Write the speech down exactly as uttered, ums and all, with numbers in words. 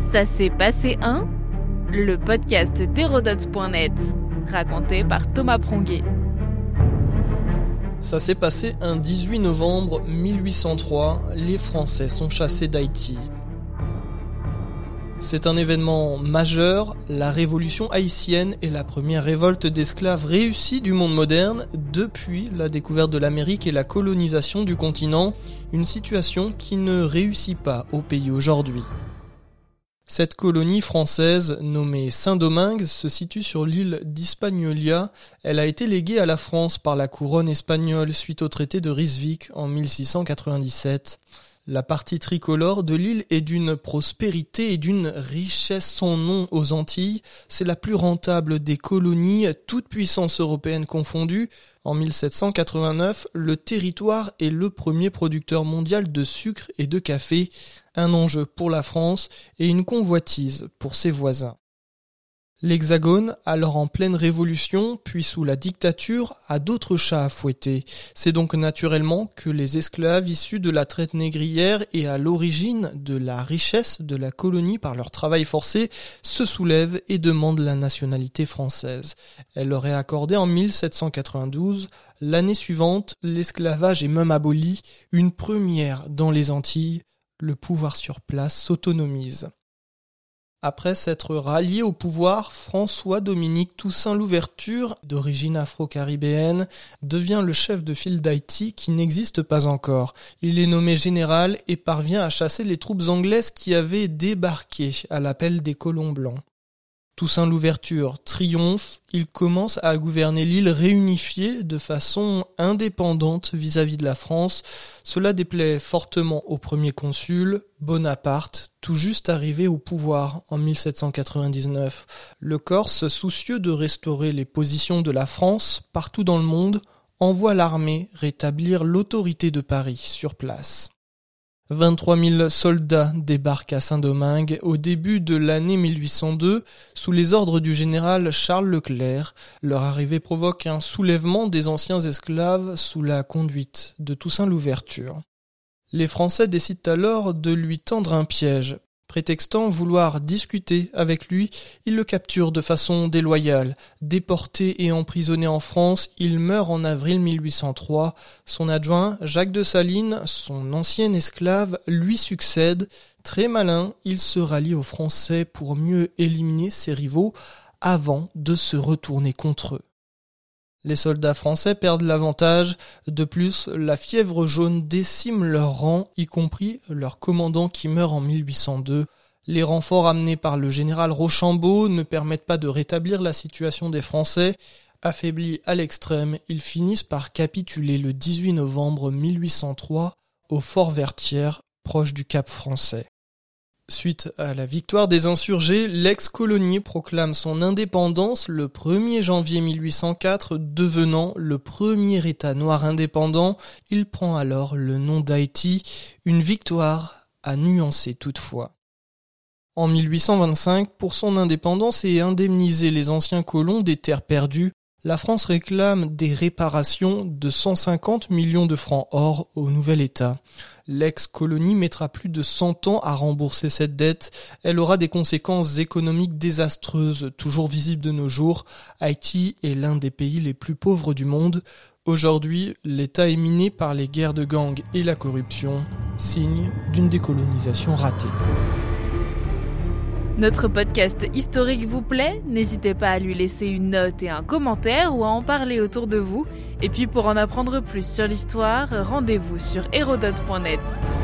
Ça s'est passé un, le podcast d'Hérodote point net, raconté par Thomas Pronguet. Ça s'est passé un dix-huit novembre mille huit cent trois, les Français sont chassés d'Haïti. C'est un événement majeur, la révolution haïtienne est la première révolte d'esclaves réussie du monde moderne depuis la découverte de l'Amérique et la colonisation du continent, une situation qui ne réussit pas au pays aujourd'hui. Cette colonie française, nommée Saint-Domingue, se situe sur l'île d'Hispaniola. Elle a été léguée à la France par la couronne espagnole suite au traité de Ryswick en mille six cent quatre-vingt-dix-sept. La partie tricolore de l'île est d'une prospérité et d'une richesse sans nom aux Antilles. C'est la plus rentable des colonies, toutes puissances européennes confondues. En mille sept cent quatre-vingt-neuf, le territoire est le premier producteur mondial de sucre et de café. Un enjeu pour la France et une convoitise pour ses voisins. L'Hexagone, alors en pleine révolution, puis sous la dictature, a d'autres chats à fouetter. C'est donc naturellement que les esclaves issus de la traite négrière et à l'origine de la richesse de la colonie par leur travail forcé se soulèvent et demandent la nationalité française. Elle leur est accordée en mille sept cent quatre-vingt-douze. L'année suivante, l'esclavage est même aboli, une première dans les Antilles. Le pouvoir sur place s'autonomise. Après s'être rallié au pouvoir, François-Dominique Toussaint Louverture, d'origine afro-caribéenne, devient le chef de file d'Haïti qui n'existe pas encore. Il est nommé général et parvient à chasser les troupes anglaises qui avaient débarqué à l'appel des colons blancs. Toussaint Louverture triomphe, il commence à gouverner l'île réunifiée de façon indépendante vis-à-vis de la France. Cela déplaît fortement au premier consul, Bonaparte, tout juste arrivé au pouvoir en mille sept cent quatre-vingt-dix-neuf. Le Corse, soucieux de restaurer les positions de la France partout dans le monde, envoie l'armée rétablir l'autorité de Paris sur place. vingt-trois mille soldats débarquent à Saint-Domingue au début de l'année mille huit cent deux sous les ordres du général Charles Leclerc. Leur arrivée provoque un soulèvement des anciens esclaves sous la conduite de Toussaint Louverture. Les Français décident alors de lui tendre un piège. Prétextant vouloir discuter avec lui, ils le capturent de façon déloyale. Déporté et emprisonné en France, il meurt en avril mille huit cent trois. Son adjoint, Jacques de Salines, son ancien esclave, lui succède. Très malin, il se rallie aux Français pour mieux éliminer ses rivaux avant de se retourner contre eux. Les soldats français perdent l'avantage. De plus, la fièvre jaune décime leurs rangs, y compris leur commandant qui meurt en mille huit cent deux. Les renforts amenés par le général Rochambeau ne permettent pas de rétablir la situation des Français. Affaiblis à l'extrême, ils finissent par capituler le dix-huit novembre mille huit cent trois au fort Vertières, proche du Cap Français. Suite à la victoire des insurgés, l'ex-colonie proclame son indépendance le premier janvier mille huit cent quatre, devenant le premier État noir indépendant. Il prend alors le nom d'Haïti, une victoire à nuancer toutefois. En mille huit cent vingt-cinq, pour son indépendance et indemniser les anciens colons des terres perdues, la France réclame des réparations de cent cinquante millions de francs or au nouvel État. L'ex-colonie mettra plus de cent ans à rembourser cette dette. Elle aura des conséquences économiques désastreuses, toujours visibles de nos jours. Haïti est l'un des pays les plus pauvres du monde. Aujourd'hui, l'État est miné par les guerres de gangs et la corruption, signe d'une décolonisation ratée. Notre podcast historique vous plaît ? N'hésitez pas à lui laisser une note et un commentaire ou à en parler autour de vous. Et puis pour en apprendre plus sur l'histoire, rendez-vous sur Hérodote point net.